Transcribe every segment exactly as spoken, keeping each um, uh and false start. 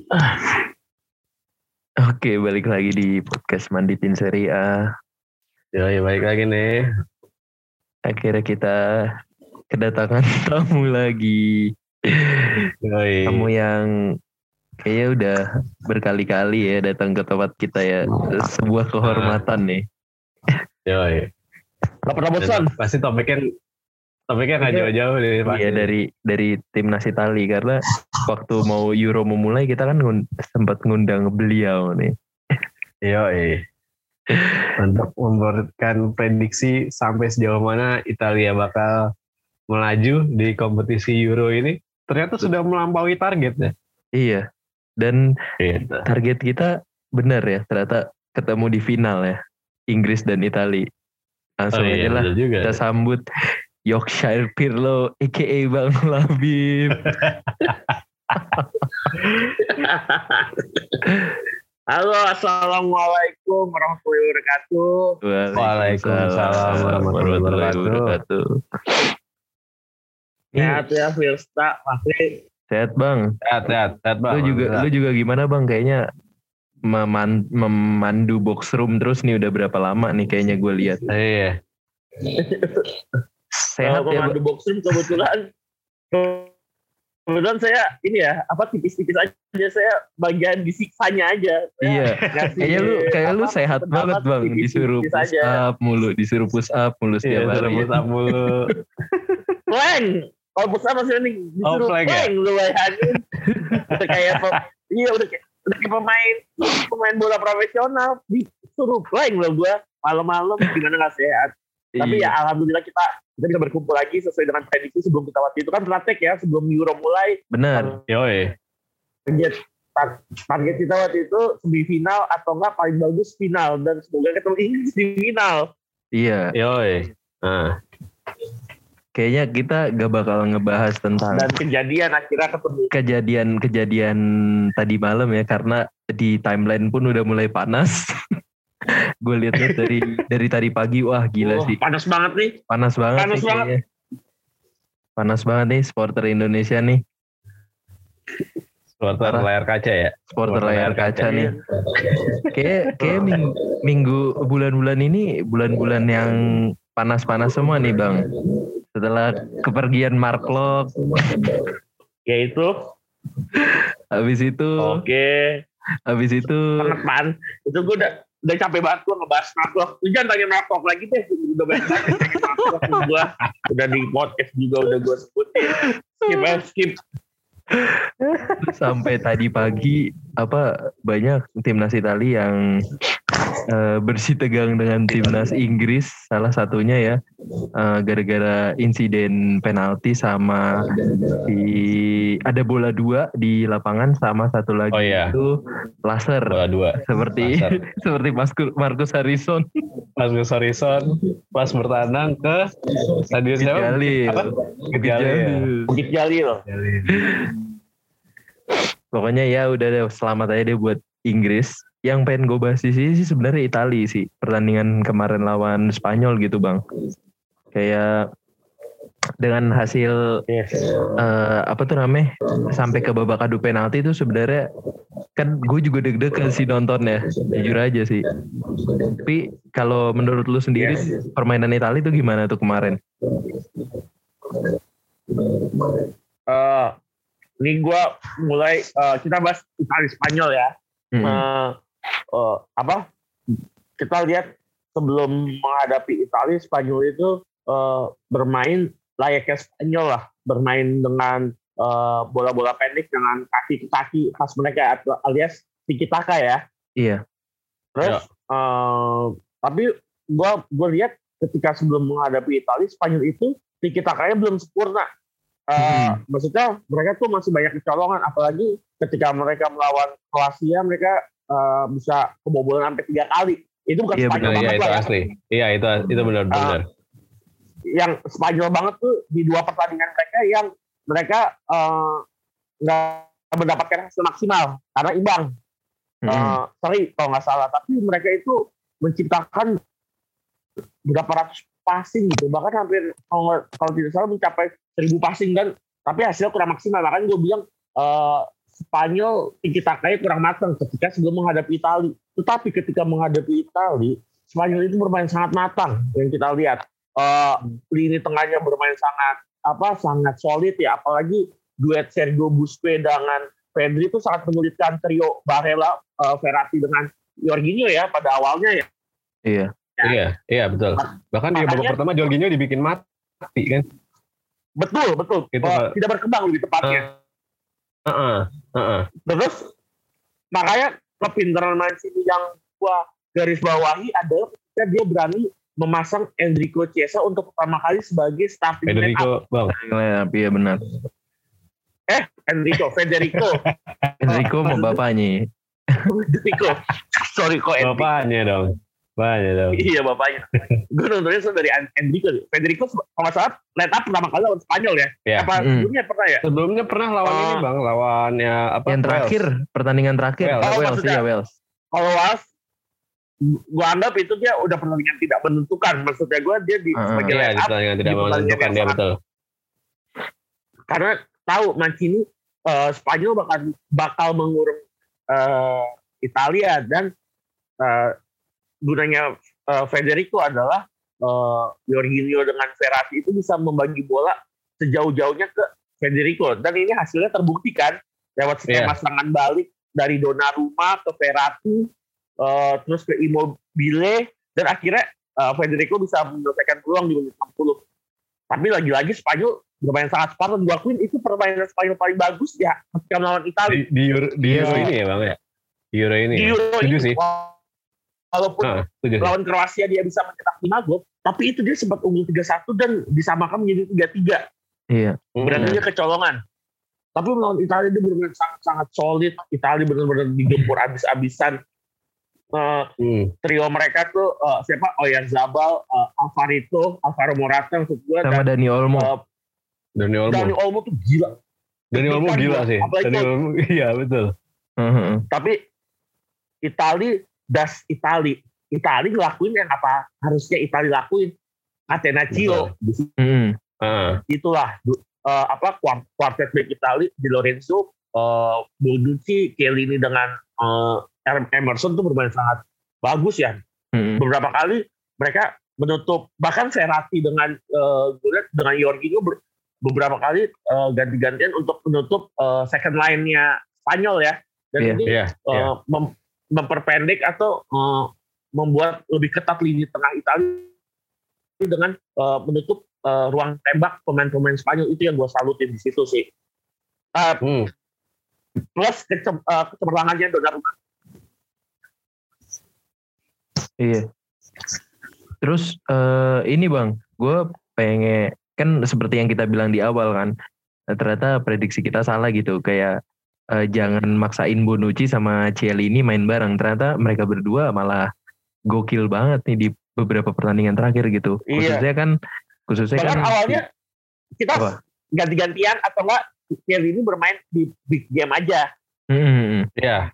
Oke, balik lagi di podcast Manditin Serie A. Yoi, balik lagi nih. Akhirnya kita kedatangan tamu lagi. Yoi. Tamu yang kayaknya udah berkali-kali ya datang ke tempat kita ya. Sebuah kehormatan nih. Yoi. Gak pernah bosan. Pasti topiknya topiknya nggak jauh-jauh deh. Pasti. Iya, dari dari timnas Itali, karena waktu mau Euro memulai kita kan ngund- sempat ngundang beliau nih. Yoi. Untuk memberikan prediksi sampai sejauh mana Italia bakal melaju di kompetisi Euro ini, ternyata sudah melampaui targetnya. Iya. Dan Gitu. target kita benar ya, ternyata ketemu di final ya, Inggris dan Itali. Langsung Oh, iya, aja lah betul juga. kita sambut Yorkshire Pirlo a k a. Bang Labib. Halo, assalamualaikum warahmatullahi wabarakatuh. Waalaikumsalam warahmatullahi wabarakatuh. Sehat ya, Firsta. Pasti Sehat Bang. Sehat, sehat, sehat Bang. Lu juga, Sehat. lu juga gimana Bang? Kayaknya meman, memandu box room terus nih udah berapa lama nih kayaknya gue lihat. Iya. Sehat kalau ya pemandu Bang? box room kebetulan kebetulan saya ini ya apa tipis-tipis aja, saya bagian disiksanya aja. Saya Iya. ngasih Kayaknya lu kayak lu apa, sehat pendapat banget Bang. tipis-tipis Disuruh push aja. up mulu, disuruh push up mulu Iya, setiap sudah hari. push up mulu. Plank. Kalau push up masih nih disuruh Oh, plank ya? plank lu bayangin. Udah kayak pem- iya udah kayak udah kayak pemain pemain bola profesional disuruh plank loh gua malam-malam, gimana nggak sehat. Tapi Iya. ya alhamdulillah kita kita bisa berkumpul lagi sesuai dengan prediksi sebelum kita waktu itu kan praktek ya, sebelum Euro mulai Benar. Yoi. target tar- target kita waktu itu semifinal atau enggak paling bagus final, dan semoga ketemu Inggris di final. Iya. Yoi. Nah. Kayaknya kita gak bakal ngebahas tentang Dan kejadian akhirnya ketemu. kejadian-kejadian tadi malam ya, karena di timeline pun udah mulai panas. Gue liatnya dari dari tadi pagi, wah gila Oh, sih, panas banget nih. panas banget panas nih banget. kayaknya. Panas banget nih supporter Indonesia nih, Supporter Parah. layar kaca ya. supporter layar kaca nih. Iya. Kayak kayak minggu, minggu bulan-bulan ini bulan-bulan yang panas-panas semua nih Bang. Setelah kepergian Mark Locke, Yaitu habis itu, oke. habis itu, Banget man. Itu gue udah udah capek banget gue ngebahas Marklock. Lu jangan tanya Marklock lagi deh. Udah banyak banget yang tanya Marklock gue. Udah di podcast juga udah gue sebutin. Skip aja, skip. sampai tadi pagi apa banyak timnas Italia yang uh, bersih tegang dengan timnas Inggris, salah satunya ya uh, gara-gara insiden penalti sama di ada bola dua di lapangan, sama satu lagi Oh, iya. itu laser Bola dua. seperti Laser. seperti Marcus Marcus Harrison. Pas Gus Harrison pas bertandang ke stadion siapa? Jalil. Apa? Bukit Jalil. Jalil. Bukit Jalil. Pokoknya ya udah deh, selamat aja deh buat Inggris. Yang pengen gue bahas di sini sih sebenarnya Itali sih, pertandingan kemarin lawan Spanyol gitu Bang. Kayak dengan hasil Yes. eh, apa tuh namanya sampai ke babak adu penalti itu sebenarnya kan gue juga deg-degan sih nontonnya, jujur aja sih. Tapi kalau menurut lu sendiri Yes. permainan Itali itu gimana tuh kemarin? Eh, ini gue mulai eh, kita bahas Itali Spanyol ya. Hmm. Eh, eh, apa? Kita lihat sebelum menghadapi Italia, Spanyol itu eh, bermain layaknya Spanyol lah, bermain dengan eh, bola-bola pendek dengan kaki ke kaki khas mereka alias tiki taka ya. Iya. Terus eh, tapi gue gue lihat ketika sebelum menghadapi Italia, Spanyol itu tiki takanya belum sempurna. Eh, Hmm. Maksudnya mereka tuh masih banyak kecolongan, apalagi ketika mereka melawan Kroasia mereka eh, bisa kebobolan sampai tiga kali. Itu bukan Iya, Spanyol Iya, banget itu lah ya. asli. Iya, itu itu benar-benar. Yang Spanyol banget tuh di dua pertandingan mereka yang mereka eh, nggak mendapatkan hasil maksimal karena imbang. Hmm. Eh, sorry kalau nggak salah, tapi mereka itu menciptakan berapa ratus passing gitu, bahkan hampir kalau, kalau tidak salah mencapai seribu passing, dan tapi hasilnya kurang maksimal. Makanya gue bilang uh, Spanyol tiki-takanya kurang matang ketika sebelum menghadapi Italia. Tetapi ketika menghadapi Italia, Spanyol itu bermain sangat matang yang kita lihat. Uh, lini tengahnya bermain sangat apa sangat solid ya, apalagi duet Sergio Busquets dengan Pedri itu sangat menyulitkan trio Barella, uh, Verratti dengan Jorginho ya pada awalnya ya. Iya. Ya. Iya, iya betul. Bahkan di babak pertama Jorginho dibikin mati kan. Betul, betul. Gitu, uh, tidak berkembang lebih tepatnya. Uh, uh, uh, uh. Terus makanya kepintaran Mancini yang gua garis bawahi adalah ketika dia berani memasang Enrico Chiesa untuk pertama kali sebagai starting Federico, bang. Iya benar. Eh, Enrico, Federico. Enrico mau bapaknya. Federico. Sorry kok Enrico. Bapaknya dong. Bapaknya dong. Iya bapaknya. Gue nontonnya dari Enrico. Federico kalau nggak salah line up pertama kali lawan Spanyol ya. Ya. Apa Hmm. sebelumnya pernah ya? Sebelumnya pernah lawan Uh, ini bang, lawan ya apa? Yang terakhir, Wales. pertandingan terakhir. Wales. Oh, Wales, maksudnya- iya Wales. Kalau Wales, gue anggap itu dia udah pertandingan tidak menentukan. Maksudnya gue dia di Uh, sebagai Iya, line di up pertandingan tidak di pertandingan menentukan yang dia sangat- betul. karena tahu Mancini uh, Spanyol bakal bakal mengurung uh, Italia dan uh, gunanya uh, Federico adalah uh, Jorginho dengan Verratti itu bisa membagi bola sejauh-jauhnya ke Federico dan ini hasilnya terbukti kan lewat skema Yeah. serangan balik dari Donnarumma ke Verratti uh, terus ke Immobile dan akhirnya uh, Federico bisa menyelesaikan peluang di menit enam puluh. Tapi lagi-lagi Spanyol bermain sangat Spartan. Gue akuin itu permainan Spanyol paling bagus ya ketika melawan Italia. Di, di Euro, di Iya Euro sih. ini ya bang ya. Di Euro ini. Di ya? Euro Setuju ini, sih. walaupun Nah, setuju sih. lawan Kroasia dia bisa mencetak lima gol, tapi itu dia sempat unggul tiga satu dan disamakan menjadi tiga tiga. Iya. Berarti dia kecolongan. Tapi melawan Italia dia benar-benar sangat, sangat solid. Italia benar-benar digempur abis-abisan. Uh, Hmm. trio mereka tuh uh, siapa? Oyarzabal, uh, Alvarito, Alvaro Morata maksud gue, Sama dan Dani Olmo. uh, Dani Olmo. Dani Olmo tuh gila. Dani Olmo Depan gila gua. sih. Apalagi Dani kalau- Olmo, iya betul. Heeh. Tapi Itali das Itali. Itali ngelakuin yang apa harusnya Itali lakuin. Catenaccio. Heeh. Ah, Itulah uh, apa kuart- quartet back Itali di Lorenzo, uh, Bonucci, Chiellini dengan uh, Emerson tuh bermain sangat bagus ya. Heeh. Beberapa kali mereka menutup bahkan Verratti dengan uh, gue lihat dengan Jorginho ber- beberapa kali uh, ganti-gantian untuk menutup uh, second line-nya Spanyol ya. Dan Iya, ini iya, uh, iya. mem- memperpendek atau uh, membuat lebih ketat lini tengah Italia dengan uh, menutup uh, ruang tembak pemain-pemain Spanyol. Itu yang gue salutin di situ sih. Uh, Hmm. plus kece- uh, kecemerlangannya Donnarumma. Iya. Terus eh, ini bang, gue pengen kan seperti yang kita bilang di awal kan, eh, ternyata prediksi kita salah gitu. Kayak eh, jangan maksain Bonucci sama Chiellini main bareng. Ternyata mereka berdua malah gokil banget nih di beberapa pertandingan terakhir gitu. Iya. Khususnya kan, khususnya Bahkan kan. awalnya kita Apa? ganti-gantian atau enggak Chiellini bermain di big game aja. Hmm, Iya.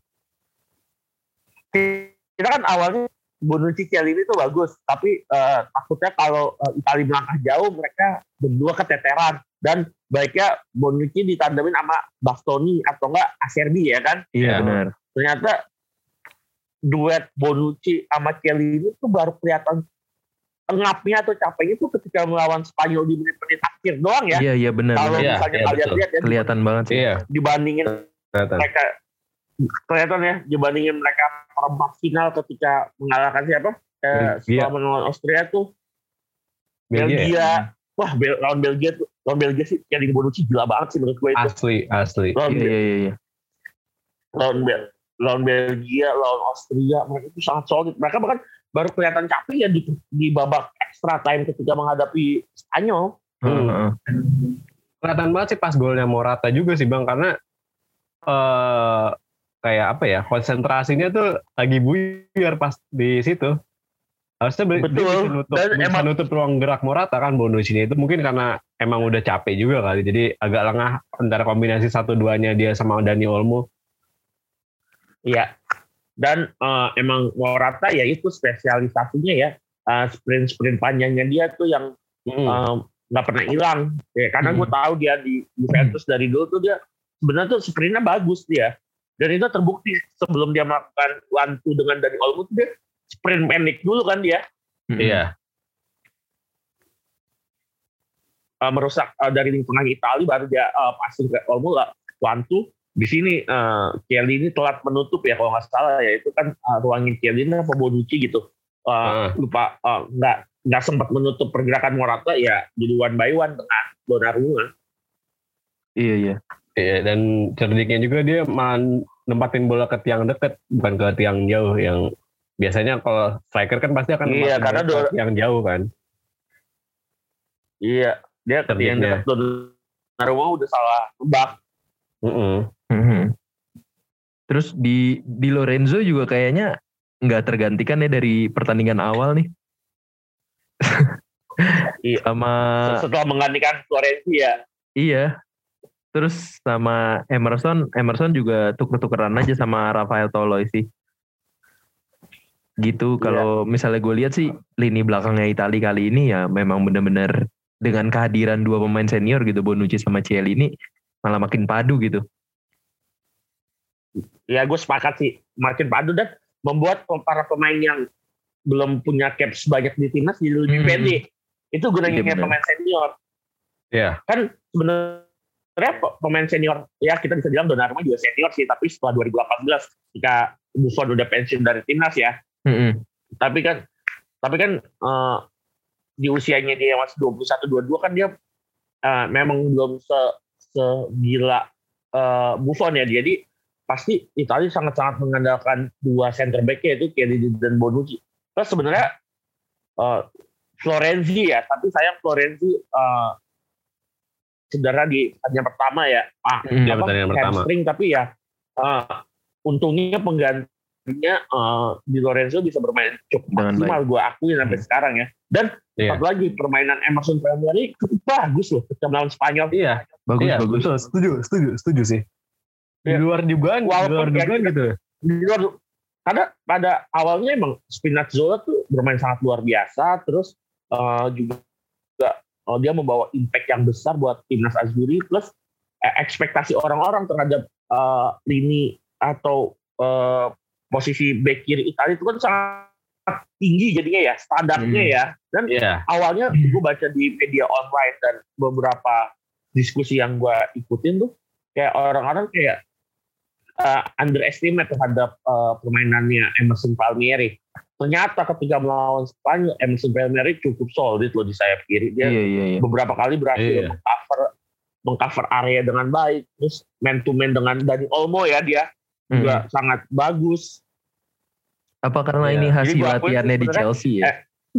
Kita kan awalnya Bonucci Chiellini itu bagus, tapi uh, takutnya kalau uh, Italia melangkah jauh mereka berdua keteteran dan baiknya Bonucci ditandemin sama Bastoni atau enggak Acerbi ya kan. iya Iya. benar. Ternyata duet Bonucci sama Chiellini itu baru kelihatan engapnya atau capeknya itu ketika melawan Spanyol di menit-menit akhir doang ya. Iya iya benar. Kalau benar. Iya, misalnya iya, kalian betul. lihat ya Kelihatan banget sih. Iya. dibandingin Kelihatan. mereka kelihatan ya dibandingin mereka perempat final ketika mengalahkan siapa eh, Belgia. setelah melawan Austria tuh Belgia. Belgia, wah Bel lawan Belgia tuh lawan Belgia sih yang di Bonucci gila banget sih menurut gue itu Asli, asli. lawan, Iya iya iya. iya. lawan, Bel lawan Belgia lawan Austria mereka itu sangat solid mereka bahkan baru kelihatan capek ya di, di babak extra time ketika menghadapi Spanyol. Heeh, Hmm. heeh. Kelihatan banget sih pas golnya Morata juga sih bang, karena eh kayak apa ya, konsentrasinya tuh lagi buyar pas di situ. Harusnya ber- Betul. dia bisa nutup, Dan bisa emang- nutup ruang gerak Morata kan, Bonucci itu mungkin karena emang udah capek juga kali, jadi agak lengah antara kombinasi satu duanya dia sama Dani Olmo. Iya. Dan eh, emang Morata ya itu spesialisasinya ya eh, sprint-sprint panjangnya dia tuh yang Hmm. eh, nggak pernah hilang. Ya, karena gue Hmm. tahu dia di Juventus dari dulu tuh dia sebenarnya tuh sprintnya bagus dia. Dan itu terbukti sebelum dia melakukan one two dengan Dani Olmo dia sprint pendek dulu kan dia. Iya. Uh, merusak uh, dari lini tengah Italia baru dia uh, passing ke Olmo lah one two. Di sini uh, Chiellini ini telat menutup ya kalau nggak salah ya, itu kan uh, ruangin Chiellini apa Bonucci gitu. Uh, uh. Lupa uh, nggak nggak sempat menutup pergerakan Morata ya, jadi one by one tengah Donnarumma. Iya iya. Iya, dan cerdiknya juga dia malah nempatin bola ke tiang dekat bukan ke tiang jauh, yang biasanya kalau striker kan pasti akan iya, karena ke tiang jauh kan. Iya. Dia ke yang dekat Donnarumma udah salah tebak. Uh-uh. Mm-hmm. Terus di di Lorenzo juga kayaknya nggak tergantikan ya dari pertandingan awal nih. Iya. Sama setelah menggantikan Florenzi ya. Iya. Terus sama Emerson, Emerson juga tuker-tukeran aja sama Rafael Toloi sih. Gitu. Kalau yeah. misalnya gue lihat sih lini belakangnya Italia kali ini ya memang benar-benar dengan kehadiran dua pemain senior gitu, Bonucci sama Chiellini malah makin padu gitu. Ya gue sepakat sih, makin padu dan membuat para pemain yang belum punya cap sebanyak di timnas jadi lebih hmm. pede. Itu gunanya ya, pemain senior. Iya. Yeah. Kan sebenarnya pemain senior ya kita bisa bilang Donnarumma juga senior sih, tapi setelah dua ribu delapan belas ketika Buffon udah pensiun dari timnas ya. Hmm. Tapi kan tapi kan uh, di usianya dia masih dua puluh satu dua puluh dua kan dia uh, memang belum se segila uh, Buffon ya. Jadi pasti Italia sangat-sangat mengandalkan dua center back-nya itu Chiellini dan Bonucci. Terus sebenarnya uh, Florenzi ya, tapi sayang Florenzi uh, cedera di pertandingan pertama ya. Ah, hmm, apa, hamstring, tapi ya uh, untungnya penggantinya uh, Di Lorenzo bisa bermain cukup maksimal, gue akuin sampai hmm. sekarang ya. Dan yeah. satu lagi permainan Emerson Palmieri cukup bagus loh ketika melawan Spanyol. Iya, bagus iya, bagus. Betul, setuju, setuju, setuju sih. Di luar dugaan, di luar dugaan gitu. Di luar, karena pada awalnya emang Spinazzola tuh bermain sangat luar biasa, terus uh, juga uh, dia membawa impact yang besar buat timnas Azzurri, plus eh, ekspektasi orang-orang terhadap uh, lini atau uh, posisi back kiri Italia itu kan sangat tinggi jadinya ya, standarnya hmm. ya. Dan yeah. awalnya gue baca di media online dan beberapa diskusi yang gue ikutin tuh, kayak orang-orang kayak uh, underestimate terhadap uh, permainannya Emerson Palmieri. Ternyata ketika melawan Spanyol, Emerson Palmieri cukup solid loh di sayap kiri. Dia yeah, yeah, yeah. beberapa kali berhasil yeah. mengcover mengcover area dengan baik. Terus man to man dengan Dani Olmo ya, dia hmm. juga sangat bagus. Apa karena yeah. ini hasil latihannya di Chelsea ya? Eh,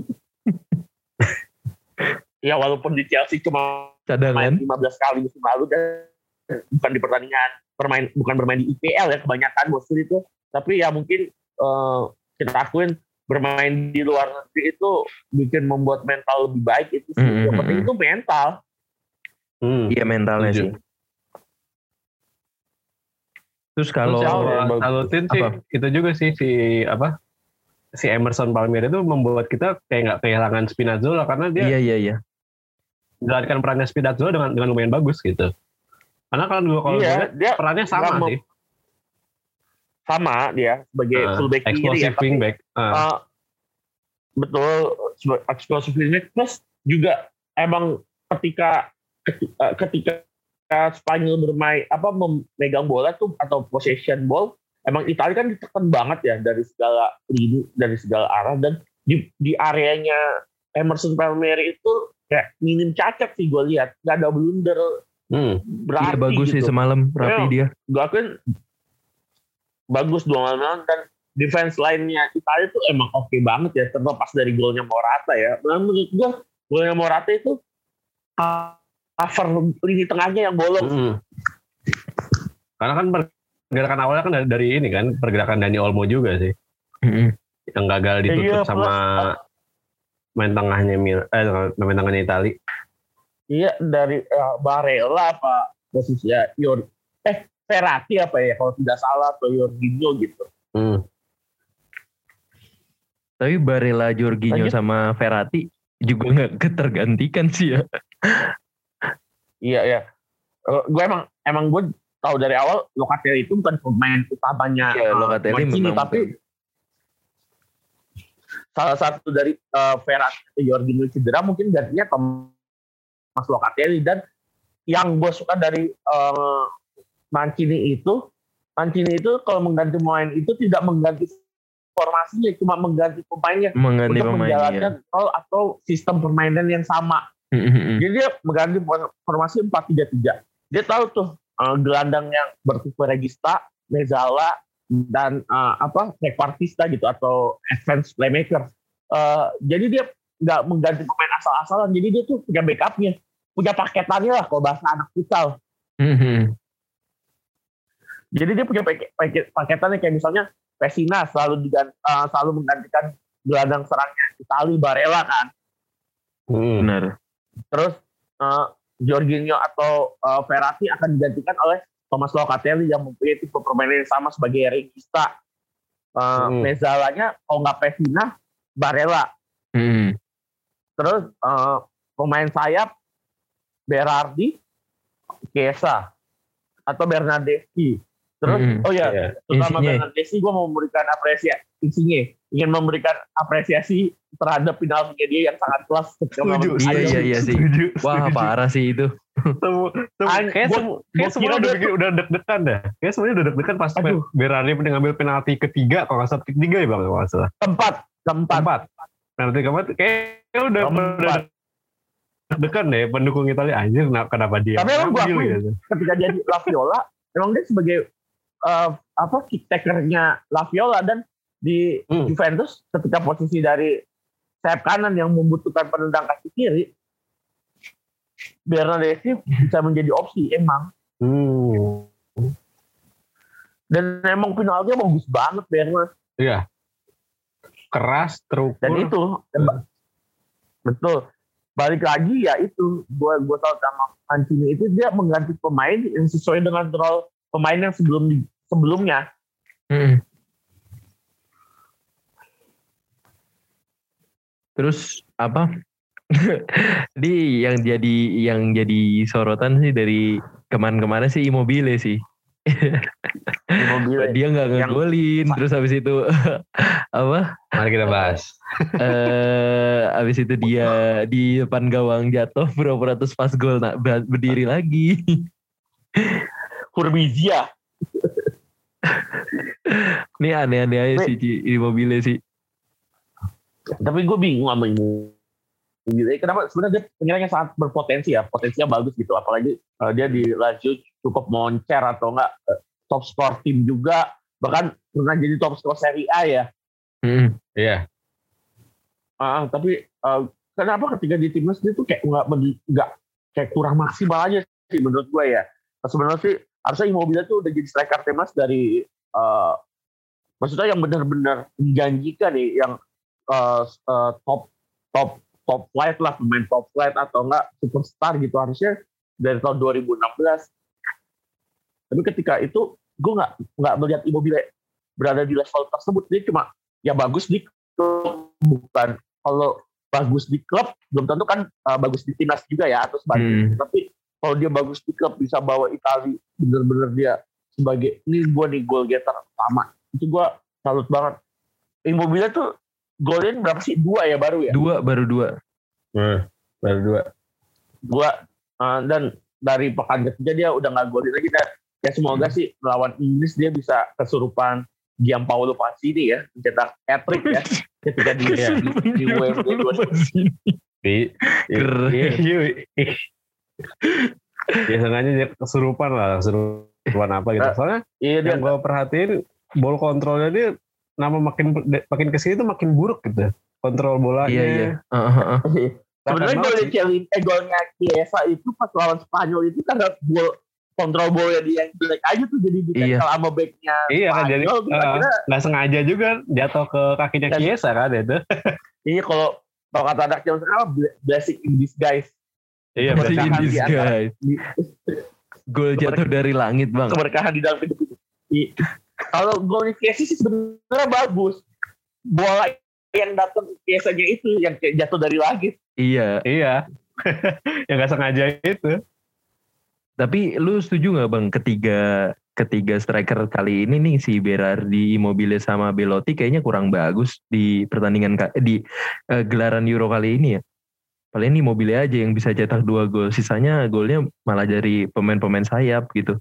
ya walaupun di Chelsea cuma cadangan lima belas kali musim lalu dan bukan di pertandingan bermain, bukan bermain di I P L ya kebanyakan bosnya itu, tapi ya mungkin uh, kita akuin bermain di luar negeri itu bikin membuat mental lebih baik itu sih. Mm-hmm. Yang penting itu mental. Hmm. Iya mentalnya sih. Terus kalau salutin sih itu juga sih si apa si Emerson Palmieri itu membuat kita kayak nggak kehilangan Spinazzola karena dia iya iya iya menjalankan perannya Spinazzola dengan dengan lumayan bagus gitu. Karena kalau dua kalau iya, dia perannya sama sih. Sama dia sebagai uh, fullback kiri ya. Wingback. Uh. Uh, betul, explosive wingback. Plus juga emang ketika ketika, ketika Spanyol bermain apa memegang bola tuh atau possession ball, emang Italia kan ditekan banget ya dari segala lini, dari segala arah, dan di di areanya Emerson Palmieri itu kayak minim cacat sih gue lihat, nggak ada blunder. Hmm. Berarti iya, bagus gitu. Sih semalam rapi ya, dia. Gue akuin bagus dua malam, dan defense line-nya Italia tuh emang oke okay banget ya, terlepas dari golnya Morata ya. Menurut gue golnya Morata itu cover lini tengahnya yang bolong. Hmm. Karena kan pergerakan awalnya kan dari, dari ini kan pergerakan Dani Olmo juga sih, hmm. yang gagal ditutup iya, sama plus, main tengahnya eh main tengahnya Italia. Iya dari uh, Barella apa posisinya Yor eh Verratti apa ya kalau tidak salah, atau Jorginho gitu. Hmm. Tapi Barella, Jorginho Lanjut. sama Verratti juga nggak ketergantikan sih ya. Iya ya. Uh, gue emang emang gue tahu dari awal Locatelli itu bukan pemain utamanya Iya, uh, Locatelli Mancini, memang tapi salah satu dari uh, Verratti atau Jorginho cedera mungkin gantinya Thomas Locatelli. Dan yang gue suka dari uh, Mancini itu Mancini itu kalau mengganti pemain itu tidak mengganti formasinya, cuma mengganti pemainnya mengganti untuk pemain menjalankan ya. role atau sistem permainan yang sama. Jadi dia mengganti formasi empat tiga tiga. Dia tahu tuh uh, gelandang yang bertipe regista, Mezzala, dan uh, apa trequartista gitu atau advanced playmaker. Uh, jadi dia nggak mengganti pemain asal-asalan. Jadi dia tuh punya backupnya, punya paketannya lah kalau bahasa anak futsal. Jadi dia punya paket, paket, paketannya kayak misalnya Pessina selalu diganti, uh, selalu menggantikan gelandang serangnya Itali Barella kan. Hmm. Benar. Terus uh, Jorginho atau uh, Verratti akan digantikan oleh Thomas Locatelli yang mempunyai tipe permainan yang sama sebagai regista. Uh, hmm. Mezzalanya kalau nggak Pessina, Barella. Hmm. Terus uh, pemain sayap Berardi, Chiesa atau Bernardeschi. Terus, mm-hmm. oh ya, yeah. terutama Bernardeschi gue mau memberikan apresiasi, Insigne, ingin memberikan apresiasi terhadap penaltinya dia yang sangat kelas. Setuju, iya iya iya sih. Wah setuju. Parah sih itu. Temu, temu, kayak kayak semua udah bikin, udah deg-degan dah. Kayak semuanya udah deg-degan pas Berardi ngambil penalti ketiga, kalau nggak salah ketiga ya bang, kalau nggak salah. Keempat, keempat. Keempat. Penalti keempat, kayak udah deg-degan deh pendukung Italia. Anjir, kenapa dia? Tapi emang gue akui, gitu. Ketika dia di La Viola, emang dia sebagai Uh, apa kick taker-nya La Viola, dan di hmm. Juventus ketika posisi dari sayap kanan yang membutuhkan penendang kaki kiri, Bernardeschi bisa menjadi opsi emang. Hmm. Dan emang finalnya bagus banget Bernard. Iya. Keras, terukur. Dan itu hmm. betul. Balik lagi ya itu, gua gua tahu sama Mancini itu dia mengganti pemain yang sesuai dengan role pemain yang sebelum di sebelumnya. Hmm. Terus apa? Di yang jadi yang jadi sorotan sih dari kemarin-kemarin sih Immobile sih. Immobile. Dia nggak ngegolin, terus habis itu apa? Mari kita bahas. Eh, habis itu dia di depan gawang jatuh, pura-pura terus pas gol nak berdiri lagi. Furbizia. Ini aneh-aneh aja sih Immobile sih. Tapi gue bingung sama Immobile. Kenapa sebenarnya dia penyerangnya sangat berpotensi ya, potensinya bagus gitu. Apalagi uh, dia di Lazio cukup moncer atau enggak uh, top skor tim juga, bahkan pernah jadi top skor Serie A ya. Hmm, iya. Yeah. Uh, tapi uh, kenapa ketika di timnas dia tuh kayak nggak nggak kayak kurang maksimal aja sih menurut gue ya. Sebenarnya sih harusnya Immobile tuh udah jadi striker timnas dari uh, maksudnya yang benar-benar menjanjikan nih, yang uh, uh, top top top flight lah, pemain top flight atau enggak superstar gitu harusnya dari tahun dua ribu enam belas. Tapi ketika itu gue nggak nggak melihat Immobile berada di level tersebut. Dia cuma ya bagus di klub, bukan kalau bagus di klub belum tentu kan uh, bagus di timnas juga ya atau sebaliknya. Hmm. Tapi kalau dia bagus di klub bisa bawa Italia bener-bener dia sebagai ini gue nih goal getter utama, itu gue salut banget. Immobile tuh golin berapa sih? Dua ya baru ya? Dua, baru dua. Hmm, baru dua. Dua, uh, dan dari pekan ketiga dia udah gak golin lagi. Dan ya semoga hmm. sih melawan Inggris dia bisa kesurupan Gianpaolo Pacini ya, mencetak hat-trick ya ketika di ya, di W M D dua ribu ya sengaja dia kesurupan lah, kesurupan apa gitu. Soalnya iya, yang gue perhatiin ball kontrolnya dia nama makin makin kesini tuh makin buruk gitu kontrol bolanya. Iya iya. Uh, uh, uh. Sebenarnya golnya Celin, eh golnya Chiesa itu pas lawan Spanyol itu karena gol kontrol bolanya dia yang jelek aja tuh jadi ditekel iya. sama backnya iya, Spanyol. Kan, jadi uh, nggak sengaja juga jatuh ke kakinya dan, Chiesa kan itu. Iya kalau kalau kata anak zaman sekarang blessing in disguise. Iya, blessing in disguise. Gol jatuh dari langit bang. Keberkahan di dalam hidup itu. Kalau golnya Chiesa sih sebenarnya bagus. Bola yang datang Chiesa-nya itu yang jatuh dari langit. Iya. Iya. Yang nggak sengaja itu. Tapi lu setuju nggak bang ketiga ketiga striker kali ini nih si Berardi, Immobile sama Belotti kayaknya kurang bagus di pertandingan di uh, gelaran Euro kali ini ya. Paling Immobile aja yang bisa cetak dua gol, sisanya golnya malah dari pemain-pemain sayap gitu.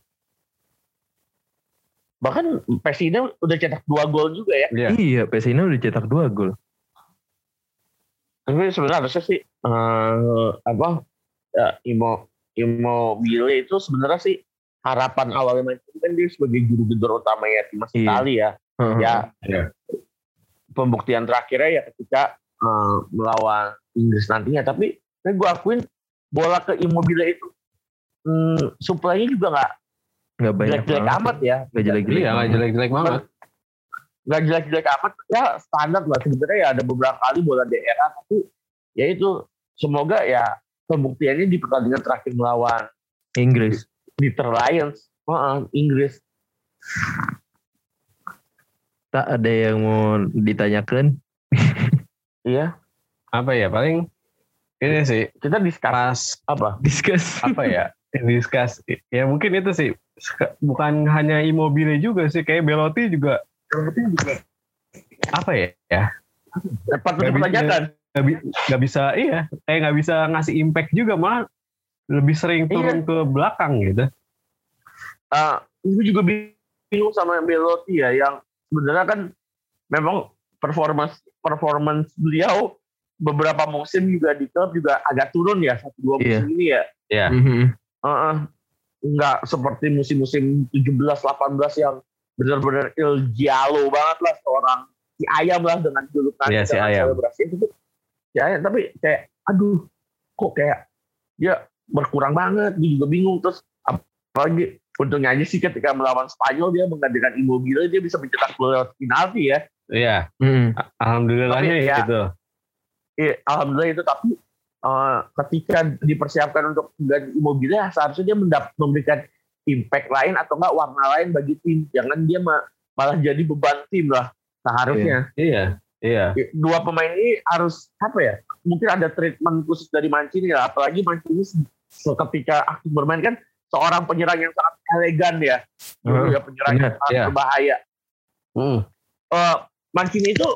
Bahkan Pesina udah cetak dua gol juga ya. Yeah. Iya, Pesina udah cetak dua gol. Tapi sebenarnya harusnya sih uh, apa ya, Imo Immobile itu sebenarnya sih harapan awalnya main kan dia sebagai juru gedor utama ya timnas yeah. Italia ya. Uh-huh. Ya yeah. Pembuktian terakhirnya ya ketika uh, melawan Inggris nantinya. Tapi nah gue akuin bola ke Immobile itu hmm, suplainya juga nggak nggak banyak jelek-jelek amat ya. Nggak jelek-jelek, iya, nggak jelek-jelek banget. Nggak jelek-jelek amat ya, standar lah sebenarnya ya. Ada beberapa kali bola D R A tapi ya itu semoga ya pembuktiannya di pertandingan terakhir melawan Inggris di Lions, uh, Inggris. Tak ada yang mau ditanyakan? Iya. Apa ya, paling ini sih kita discuss apa? Discuss apa ya? Discuss. Ya mungkin itu sih bukan hanya Immobile juga sih, kayak Belotti juga. Belotti juga. Apa ya? Ya. Dapat dipertanyakan. Gak, gak bisa, iya. Kayak gak bisa ngasih impact juga, malah lebih sering turun iya. ke belakang gitu. Uh, gue juga bingung sama Belotti ya, yang sebenarnya kan memang performance performance beliau beberapa musim juga di klub juga agak turun ya, satu dua musim yeah. ini ya. Iya. Yeah. Mm-hmm. Uh, nggak seperti musim-musim tujuh belas delapan belas yang benar-benar Il Giallo banget lah, seorang si ayam lah dengan julukan yeah, si ayam. Selebrasi itu. Ya, tapi kayak aduh kok kayak dia berkurang banget, dia juga bingung. Terus apalagi untungnya aja sih ketika melawan Spanyol dia menggantikan Immobile, dia bisa mencetak gol lewat penalti ya. Iya. Hmm. Alhamdulillahnya ya, itu. Iya, alhamdulillah itu. Tapi uh, ketika dipersiapkan untuk mengganti Immobile, seharusnya dia mendap- memberikan impact lain atau enggak warna lain bagi tim. Jangan dia ma- malah jadi beban tim lah seharusnya. Iya. Iya. Dua pemain ini harus apa ya? Mungkin ada treatment khusus dari Mancini lah. Apalagi Mancini ketika aktif bermain kan seorang penyerang yang sangat elegan ya. Uh, ya penyerang yang sangat yeah. berbahaya. Hmm. Uh, Mancini itu,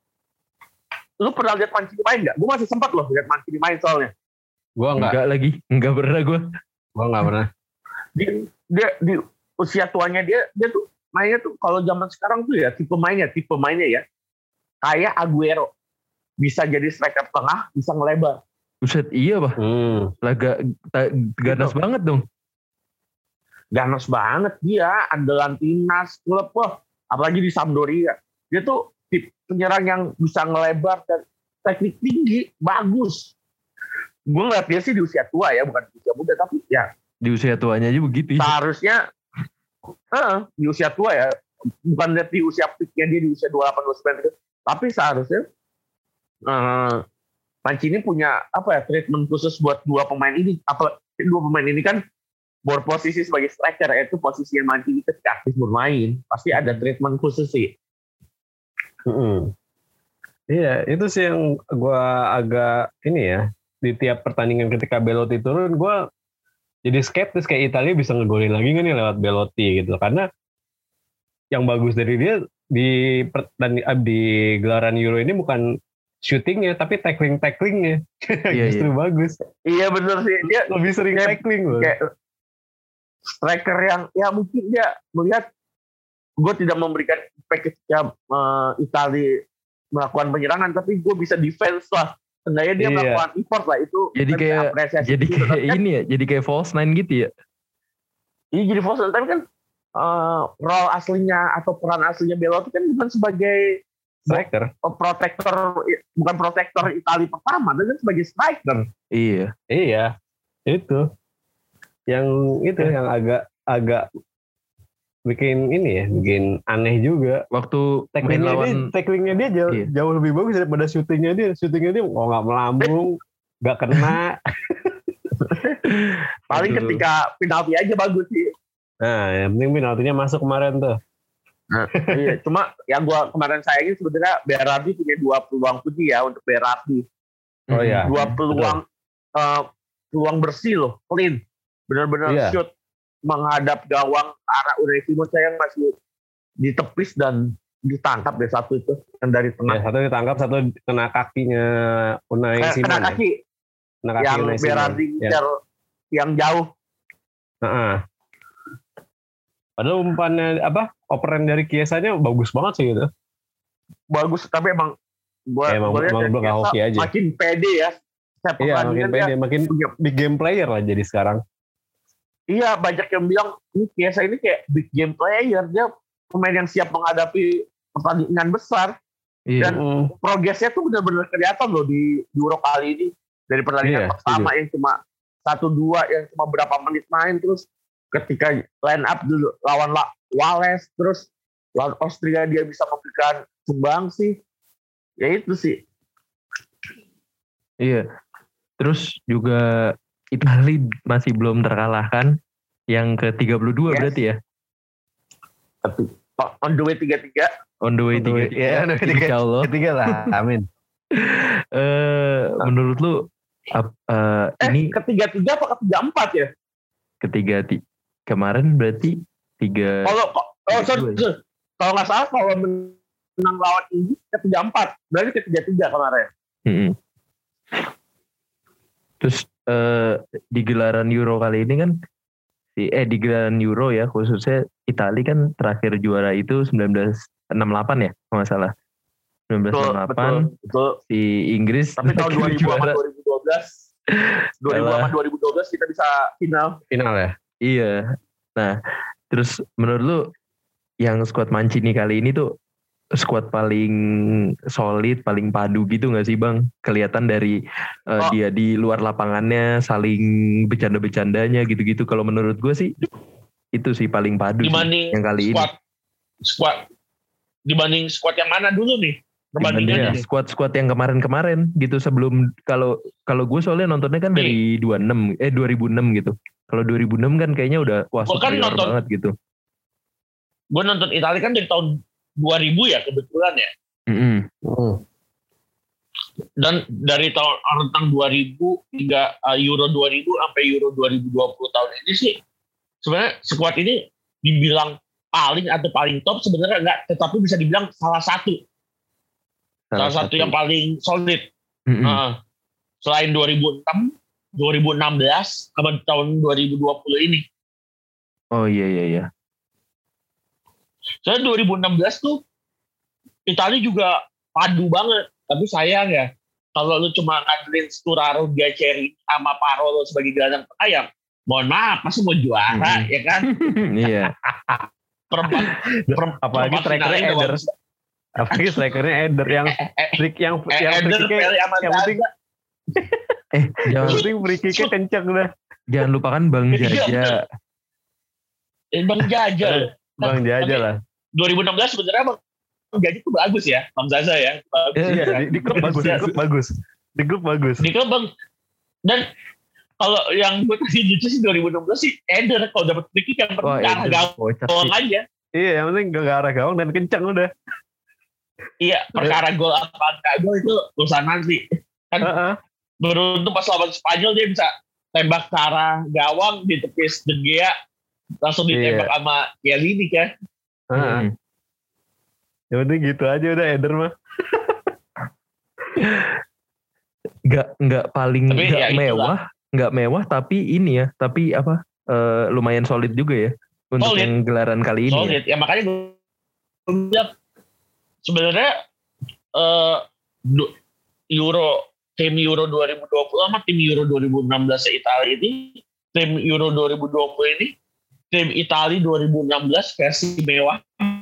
lu pernah lihat Mancini main nggak? Gue masih sempat loh lihat Mancini main soalnya. Gue nggak. Enggak lagi, nggak pernah gue. Gue nggak pernah. Di, dia di usia tuanya dia, dia tuh mainnya tuh kalau zaman sekarang tuh ya tipe mainnya, tipe mainnya ya. Kayak Aguero, bisa jadi striker tengah, bisa ngelebar. Buset, iya bah. Hmm. Laga ta, ganas gitu. Banget dong. Ganas banget dia, andalan timnas, klub, wah, apalagi di Sampdoria. Dia tuh tipe penyerang yang bisa ngelebar dan teknik tinggi, bagus. Gue ngeliat dia sih di usia tua ya, bukan di usia muda, tapi ya. Di usia tuanya aja begitu ya. Seharusnya, uh, di usia tua ya, bukan lihat di usia peaknya dia di usia dua puluh delapan dua puluh sembilan gitu. Tapi seharusnya uh, Mancini punya apa ya treatment khusus buat dua pemain ini. Apa dua pemain ini kan berposisi sebagai striker, yaitu posisi yang Mancini ketika aktif bermain. Pasti ada treatment khusus sih. Mm-hmm. Iya, itu sih yang gue agak ini ya, di tiap pertandingan ketika Belotti turun, gue jadi skeptis kayak Italia bisa ngegolin lagi nggak nih lewat Belotti gitu. Karena yang bagus dari dia di dan di gelaran Euro ini bukan shootingnya tapi tackling tacklingnya iya, justru iya. bagus. Iya benar sih, dia lebih sering kayak, tackling loh. Kayak striker yang ya mungkin dia melihat gue tidak memberikan impact ketika uh, Italia melakukan penyerangan, tapi gue bisa defense lah. Seenggaknya dia iya. melakukan effort lah, itu. Jadi kayak jadi gitu, kayak kan? ini ya, jadi kayak false nine gitu ya. Iya jadi false nine, tapi kan Uh, role aslinya atau peran aslinya Belotti kan bukan sebagai striker, protector, bukan protector Italia pertama, tapi kan sebagai striker. Iya, iya, itu, yang itu yang agak agak bikin ini ya, bikin aneh juga. Waktu tacklingnya lawan, dia, tacklingnya dia jauh, iya. jauh lebih bagus daripada shootingnya dia. Shootingnya dia oh nggak melambung, nggak kena. Paling Aduh. ketika penalti aja bagus sih. Nah, yang penting penaltinya masuk kemarin tuh. Nah, iya, cuma yang gua kemarin sayangin sebenarnya Berardi punya dua peluang putih ya untuk Berardi. Oh iya. Dua peluang uh, peluang bersih loh, clean. benar-benar Iya. shoot menghadap gawang ke arah Unai Simon, saya masih ditepis dan ditangkap deh satu itu yang dari Ya, tengah. satu ditangkap, satu kena kakinya Unai Eh, Simon. kena ya. kaki Kena kaki yang Unai Simon. Berardi Ya. ngincer yang jauh. Heeh. Padahal umpannya apa? Operan dari Chiesa-nya bagus banget sih gitu. Bagus, tapi emang gua, Ya, emang- gua lihat emang dari belum Chiesa hoki aja. makin pede ya. Setiap Iya, makin pertandingan pede, dia makin punya. big game player lah jadi sekarang. Iya, banyak yang bilang ini Chiesa ini kayak big game player, dia pemain yang siap menghadapi pertandingan besar. Iya. Dan Mm. progresnya tuh benar-benar kelihatan loh di Euro kali ini, dari pertandingan Iya, pertama yang cuma satu dua yang cuma berapa menit main, terus ketika line up dulu lawan La- Wales, terus lawan Austria dia bisa memberikan sumbangsi, ya itu sih. Iya. Terus juga Itali masih belum terkalahkan, yang ke tiga puluh dua Yes. berarti ya. Tapi on the way tiga tiga. On the way On the way, tiga tiga. ya, on the way tiga- Insya Allah. Ketiga lah, amin. Eh, menurut lu ap- eh, Eh, ini ketiga tiga apa ketiga empat ya? ketiga ti- kemarin berarti tiga. Kalau oh, sorry, Dua ya? sorry. Kalau nggak salah kalau menang lawan Inggris ketiga empat, berarti ketiga tiga kemarin. Mm-mm. Terus eh, di gelaran Euro kali ini kan si eh di gelaran Euro ya khususnya Italia kan terakhir juara itu seribu sembilan ratus enam puluh delapan ya kalau nggak salah. seribu sembilan ratus enam Betul, puluh delapan betul, betul. si Inggris Tapi tahun terakhir dua ribu sama juara. dua ribu dua belas, dua ribu sama Salah. dua ribu dua belas kita bisa final. Final ya. Iya. Nah, terus menurut lu yang skuad Mancini kali ini tuh skuad paling solid, paling padu gitu nggak sih Bang? Kelihatan dari uh, Oh. dia di luar lapangannya saling bercanda-bercandanya gitu-gitu. Kalau menurut gue sih itu sih paling padu sih, Dibanding yang kali squad, ini. squad dibanding squad yang mana dulu nih? Dibanding Perbandingannya nih. skuad-skuad yang kemarin-kemarin gitu sebelum kalau kalau gue soalnya nontonnya kan dari dua puluh enam eh dua ribu enam gitu. Kalau dua ribu enam kan kayaknya udah wah Gua kan superior nonton- banget gitu. Gue nonton Italia kan dari tahun dua ribu ya kebetulan ya. Mm-mm. Mm. Dan dari tahun rentang dua ribu hingga uh, Euro dua ribu sampai Euro dua ribu dua puluh tahun ini sih sebenarnya squad ini dibilang paling atau paling top sebenarnya enggak, tetapi bisa dibilang salah satu salah, satu yang paling solid. Mm-mm. Uh, selain dua ribu enam, dua ribu enam belas sama tahun dua ribu dua puluh ini. Oh iya iya iya. Soalnya dua ribu enam belas tuh Italia juga padu banget, tapi sayang ya kalau lu cuma ngandelin Sturaro, Giaccheri sama Parolo sebagai gelandang tengah ya mohon maaf pasti mau juara Hmm. ya kan. Iya. Perempat, per- Apalagi perempat strikernya finalnya Eder. bagus. Apalagi strikernya Eder yang freak yang Eh, yang free Eder, kicknya Pele, sama yang penting Zaza. Eh yang jangan penting free kicknya kenceng udah. jangan lupakan Bang Iya, Jaja. bener. Eh, Bang Jajal. Bang Jaja lah. dua ribu enam belas sebenarnya Bang Jaja tuh bagus ya, Bang Zaza ya. Bagus. Iya, di, di grup bagus, di grup bagus. Di grup bagus. Di klub Bang. Dan kalau yang gue kasih lucu sih dua ribu enam belas sih Eder kalau dapat free kick yang Wah, penting arah Eder gawang kocak sih. aja. Iya, yang penting gak arah gawang dan kenceng udah. Iya, perkara gol apa enggak gol itu urusan nanti. Kan Heeh. beruntung pas lawan Spanyol dia bisa tembak ke arah gawang di tepis De Gea langsung ditembak Iya. sama Chiellini kan. Heeh. Hmm. Yang penting gitu aja udah Eder mah. Nggak nggak paling Tapi nggak ya itulah. mewah, nggak mewah tapi ini ya, tapi apa? eh, lumayan solid juga ya untuk Solid. yang gelaran kali ini. Ya. Solid. Ya makanya gue bilang sebenarnya eh, du- Euro tim Euro dua ribu dua puluh sama tim Euro dua ribu enam belas Italia ini, tim Euro dua ribu dua puluh ini, tim Italia dua ribu enam belas versi mewah.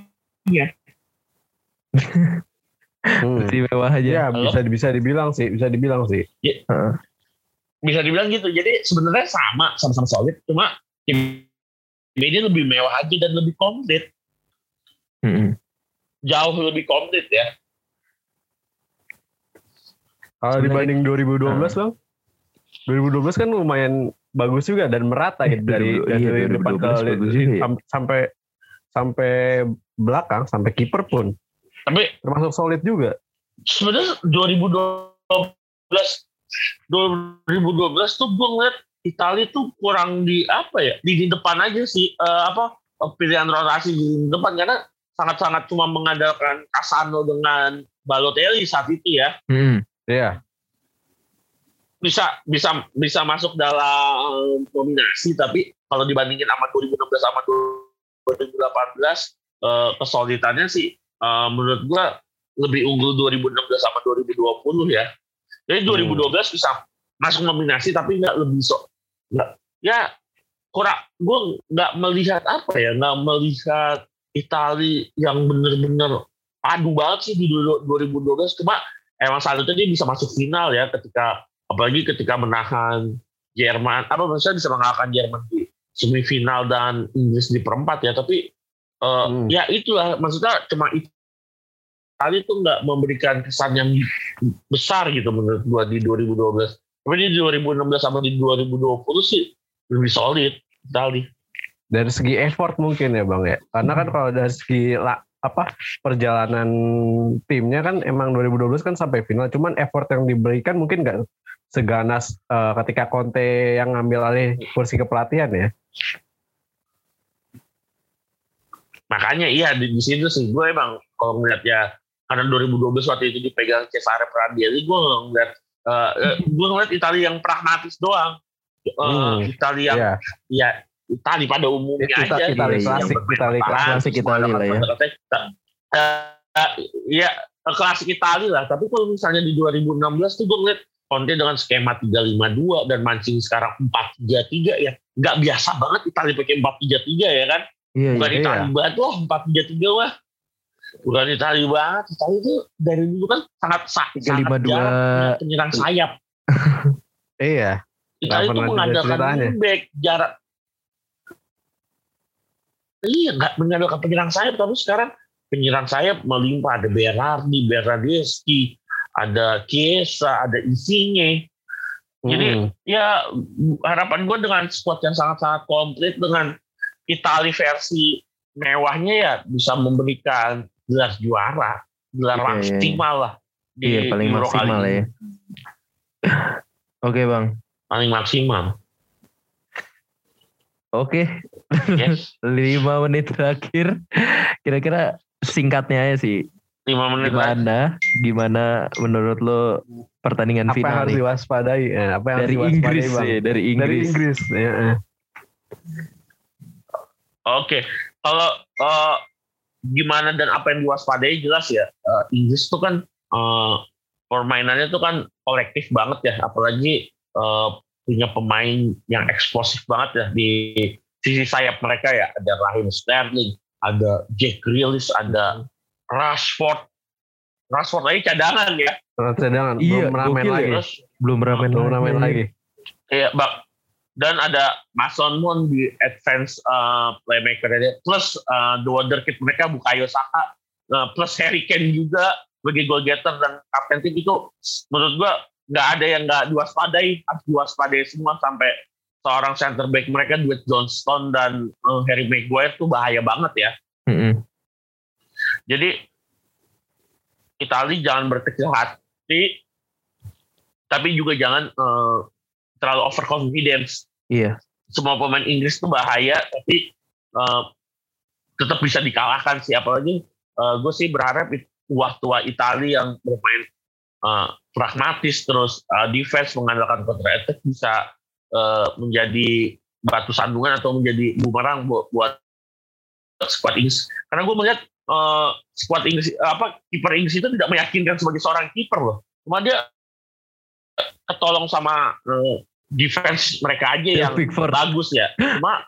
Hmm. Masih mewah aja. Ya Halo? bisa bisa dibilang sih, bisa dibilang sih. Heeh. Bisa dibilang gitu. Jadi sebenarnya sama, sama-sama solid, cuma tim ini lebih mewah aja dan lebih komplit, Mm-mm. jauh lebih komplit ya. Kalau Sebenarnya- dibanding dua ribu dua belas bang, dua ribu dua belas kan lumayan bagus juga dan merata Eh, gitu dari dua ribu- dari iya, depan ke dua ribu dua belas bagus juga ya. sam- sampai sampai belakang sampai kiper pun Tapi termasuk solid juga. sebenarnya dua ribu dua belas dua ribu dua belas tuh gue ngeliat Italia tuh kurang di apa ya di, di depan aja sih uh, apa pilihan rotasi di depan karena sangat-sangat cuma mengandalkan Cassano dengan Balotelli saat itu ya. Hmm, Iya. Bisa bisa bisa masuk dalam nominasi tapi kalau dibandingin sama dua ribu enam belas sama dua ribu delapan belas uh, kesulitannya sih uh, menurut gua lebih unggul dua ribu enam belas sama dua ribu dua puluh ya. Jadi dua ribu dua belas hmm. bisa masuk nominasi tapi nggak lebih sok nggak ya kurang gue nggak melihat apa ya nggak melihat Italia yang bener-bener padu banget sih di dua ribu dua belas cuma emang saat itu dia bisa masuk final ya ketika apalagi ketika menahan Jerman apa maksudnya bisa mengalahkan Jerman di semifinal dan Inggris di perempat ya tapi uh, hmm. ya itulah maksudnya cuma Italia itu nggak memberikan kesan yang besar gitu menurut gue di dua ribu dua belas. Tapi di dua ribu enam belas sama di dua ribu dua puluh sih lebih solid Italia. Dari segi effort mungkin ya Bang ya. Karena kan kalau dari segi la, apa perjalanan timnya kan emang dua ribu dua belas kan sampai final. Cuman effort yang diberikan mungkin nggak seganas uh, ketika Conte yang ngambil alih kursi kepelatihan ya. Makanya iya di, di situ sih gue emang kalau ngeliat ya karena dua ribu dua belas waktu itu dipegang Cesare Prandelli gue ngeliat Uh, uh, gue ngeliat Italia yang pragmatis doang, uh, hmm, Italia yang yeah. ya Italia pada umumnya Ita, aja, Italia klasik, Italia klasik Italia lah ya. Uh, uh, ya klasik Italia lah. Tapi kalau misalnya di dua ribu enam belas tuh gue ngeliat Conte dengan skema tiga lima dua dan Mancini sekarang empat tiga tiga ya, nggak biasa banget Italia pakai empat tiga tiga ya kan? Yeah, bukan yeah, Italia yeah. banget wah empat tiga tiga wah. Bukan Italia banget, Italia itu dari dulu kan sangat sangat jarang penyerang sayap. Iya. Italia itu mengandalkan back jarak. Iya, nggak mengandalkan penyerang sayap, tapi sekarang penyerang sayap melimpah ada Berardi, Bernardeschi, ada Chiesa, ada Insigne. Jadi hmm. ya harapan gue dengan squad yang sangat-sangat komplit dengan Italia versi mewahnya ya bisa memberikan gelar juara, gelar okay, maksimal lah di iya, paling Euro maksimal kali ya. Oke bang. Paling maksimal. Oke. Yes. lima menit terakhir. Kira-kira singkatnya aja sih. lima menit gimana? Lagi. Gimana menurut lo pertandingan apa final? Apa yang harus diwaspadai? Eh, apa yang dari harus Inggris bang? Ya, dari Inggris. Dari Inggris. Ya. Oke. Kalau uh, gimana dan apa yang diwaspadai jelas ya uh, Inggris tuh kan uh, permainannya tuh kan kolektif banget ya apalagi uh, punya pemain yang eksplosif banget ya di sisi sayap mereka ya ada Raheem Sterling, ada Jack Grealish, ada Rashford. Rashford lagi cadangan ya. Cadangan belum iya, ramen lagi. Ya. Belum ramen belum ramen lagi. Iya, Bang. Dan ada Mason Mount di advance uh, playmaker plus uh, the wonderkid mereka Bukayo Saka uh, plus Harry Kane juga sebagai goal getter dan kapten tim itu menurut gua nggak ada yang nggak diwaspadai, harus diwaspadai semua sampai seorang center back mereka Dwight Johnstone dan uh, Harry Maguire tuh bahaya banget ya. Mm-hmm. Jadi Italia jangan berkecil hati, tapi juga jangan uh, terlalu overconfidence. Iya. Semua pemain Inggris tuh bahaya, tapi uh, tetap bisa dikalahkan sih. Apalagi uh, gue sih berharap tua-tua Italia yang bermain uh, pragmatis terus uh, defense mengandalkan counter attack bisa uh, menjadi batu sandungan atau menjadi bumerang buat, buat squad Inggris. Karena gue melihat uh, squad Inggris apa kiper Inggris itu tidak meyakinkan sebagai seorang kiper loh. Cuma dia ketolong sama uh, defense mereka aja yang Pickford. Bagus ya. Cuma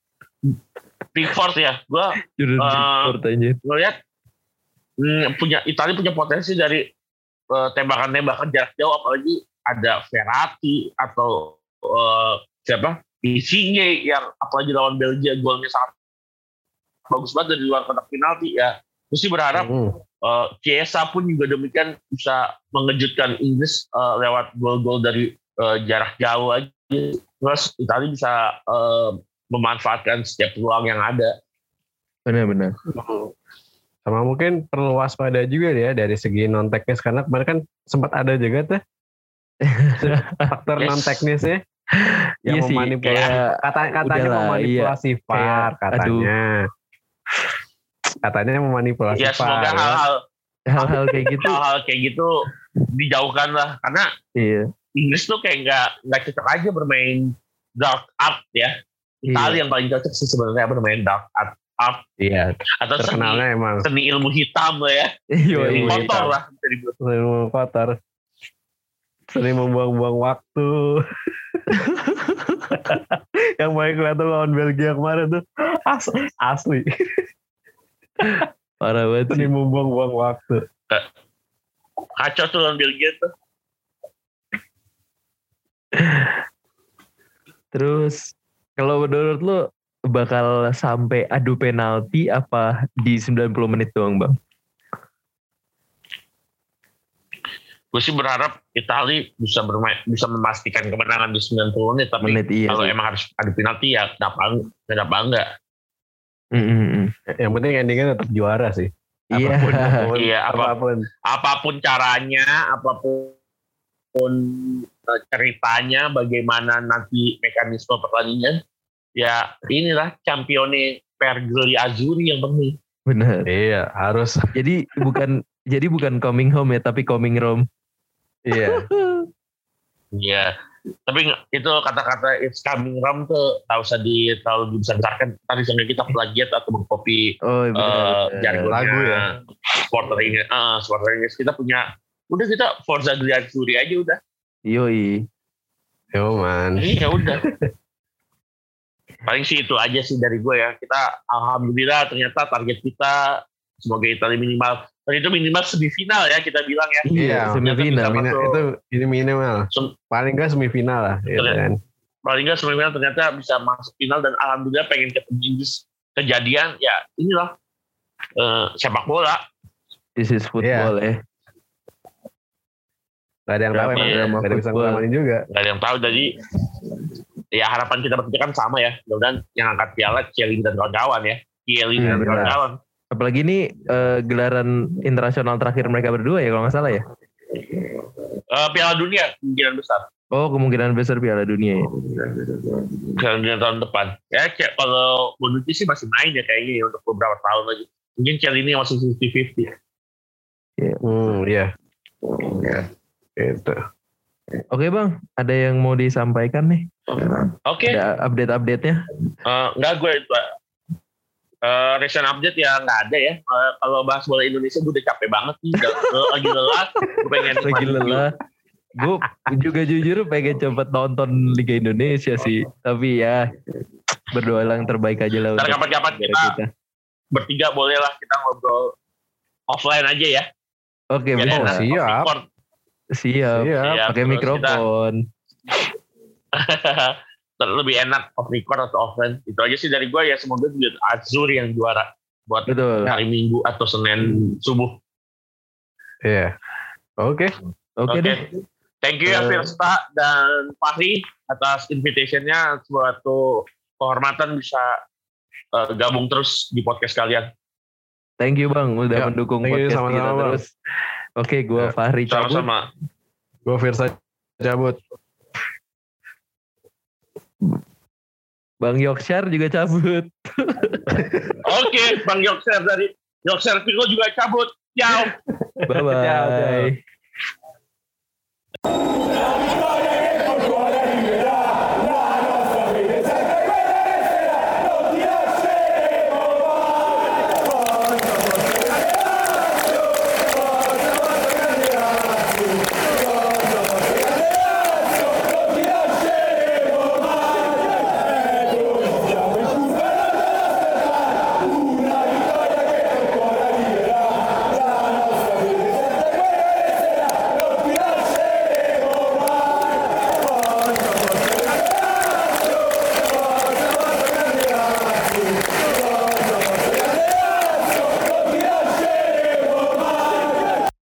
Pickford ya, gue uh, ngelihat mm, punya Italia punya potensi dari uh, tembakan-tembakan jarak jauh, apalagi ada Verratti atau uh, siapa Insigne yang apalagi lawan Belgia golnya sangat bagus banget dari luar kotak penalti ya. Terus sih berharap mm. uh, Chiesa pun juga demikian bisa mengejutkan Inggris uh, lewat gol-gol dari Uh, jarak jauh aja, terus Italia bisa uh, memanfaatkan setiap peluang yang ada. Benar-benar. Sama mungkin perlu waspada juga ya dari segi non teknis karena kemarin kan sempat ada juga tuh faktor yes. non teknisnya. yang Iya sih, memanipulasi kayak kata, katanya udahlah, memanipulasi V A R Kayak, katanya. Katanya memanipulasi Ya V A R. semoga ya. hal-hal hal-hal kayak gitu. hal-hal kayak gitu dijauhkan lah, karena Iya. Inggris tuh kayak nggak nggak cocok aja bermain dark art ya. Italia Iya. yang paling cocok sih sebenarnya bermain dark art, art Iya, atau seni, terkenalnya emang seni ilmu hitam lah ya. Iya, Ilmu iya. Kotor hitam. lah bisa dibilang. sering kotor. Sering membuang-buang waktu. Yang paling kelihatan lawan Belgia kemarin tuh as- asli. Parah banget sih. Sering membuang-buang waktu. Kacau tuh lawan Belgia tuh. Terus kalau menurut lo bakal sampai adu penalti apa di sembilan puluh menit doang, Bang? Gue sih berharap Italia bisa bermain, bisa memastikan kemenangan di sembilan puluh menit. Tapi Menit, iya kalau sih. emang harus adu penalti ya kenapa kenapa enggak? Mm-mm. Yang penting endingnya tetap juara sih. Iya. Apapun, apapun, Iya, apa- apapun. Apapun caranya, apapun eh, ceritanya, bagaimana nanti mekanisme pertandingan, ya inilah campione Pergoli Azzurri yang penting. Benar. Iya, harus. Jadi bukan jadi bukan coming home ya, tapi coming home. Iya. Iya. Tapi nggak- itu kata-kata it's coming home tuh tak usah di terlalu dibesar-besarkan. Tadi sehingga kita plagiat atau mengcopy Oh, eh benar. jargonnya Lagu ya? supporter Inggris. Ah, supporter Inggris kita punya. Udah kita Forza Azzurri aja udah. Yoi. Yo man. Iya udah. Paling sih itu aja sih dari gue ya. Kita alhamdulillah ternyata target kita semoga Italia minimal. Dan itu minimal semifinal ya kita bilang ya. Iya, Iya, semifinal. ternyata Mina- itu ini minimal. Sem- Paling nggak semifinal lah. Gitu Betul. kan. Paling nggak semifinal ternyata bisa masuk final dan alhamdulillah pengen ketemu Inggris. Kejadian ya inilah eh, sepak bola. This is football ya. Gak ada yang tahu Drama- emang. drama Gak ada yang bisa football. ngulamanin juga. Nggak ada yang tahu, jadi ya harapan kita bertiga kan sama ya. Mudah-mudahan yang angkat piala Chiellini dan kawan-kawan ya. Chiellini Hmm, dan benar. kawan-kawan. Apalagi ini eh, gelaran internasional terakhir mereka berdua ya kalau nggak salah ya. Eh, piala dunia kemungkinan besar. Oh, kemungkinan besar Piala Dunia ya. Piala dunia tahun depan. Ya kayak kalau Bonucci sih masih main ya kayaknya ya, untuk beberapa tahun lagi. Mungkin Chiellini masih lima puluh lima puluh. Hmm, iya. Gitu. Oke Bang, ada yang mau disampaikan nih? Oke. Ada update-update-nya? Eh, enggak gue uh, recent update ya nggak ada ya. Eh, kalau bahas bola Indonesia gue udah capek banget nih. Udah, eh, lagi lelah. Gue pengen Lagi nikmatin lelah. Gue juga jujur pengen cepet nonton Liga Indonesia sih. Tapi ya berdoa yang terbaik aja lah. Ntar untuk kapan-kapan negara kita, bertiga boleh lah kita ngobrol offline aja ya. Oke, Biar bisa. enak. siap. Off record. Siap. Iya. Siap, Pakai terus mikrofon. Lebih enak off record atau offline. Itu aja sih dari gue ya. Semoga juga Azzurri yang juara buat Betul. hari Minggu atau Senin subuh. Iya. Oke. Oke Oke. deh. Thank you ya Eh. Firsta dan Fahri atas invitationnya. Suatu kehormatan bisa eh, gabung terus di podcast kalian. Thank you Bang udah Ya, mendukung thank you, podcast sama-sama, kita Bang. terus. Oke, gue Ya, Fahri cabut. Sama-sama. Gue Firsa cabut. Bang Yorkshire juga cabut. Oke, Bang Yorkshire dari Yorkshire Virgo juga cabut. Ciao. Bye-bye. Ciao, ciao.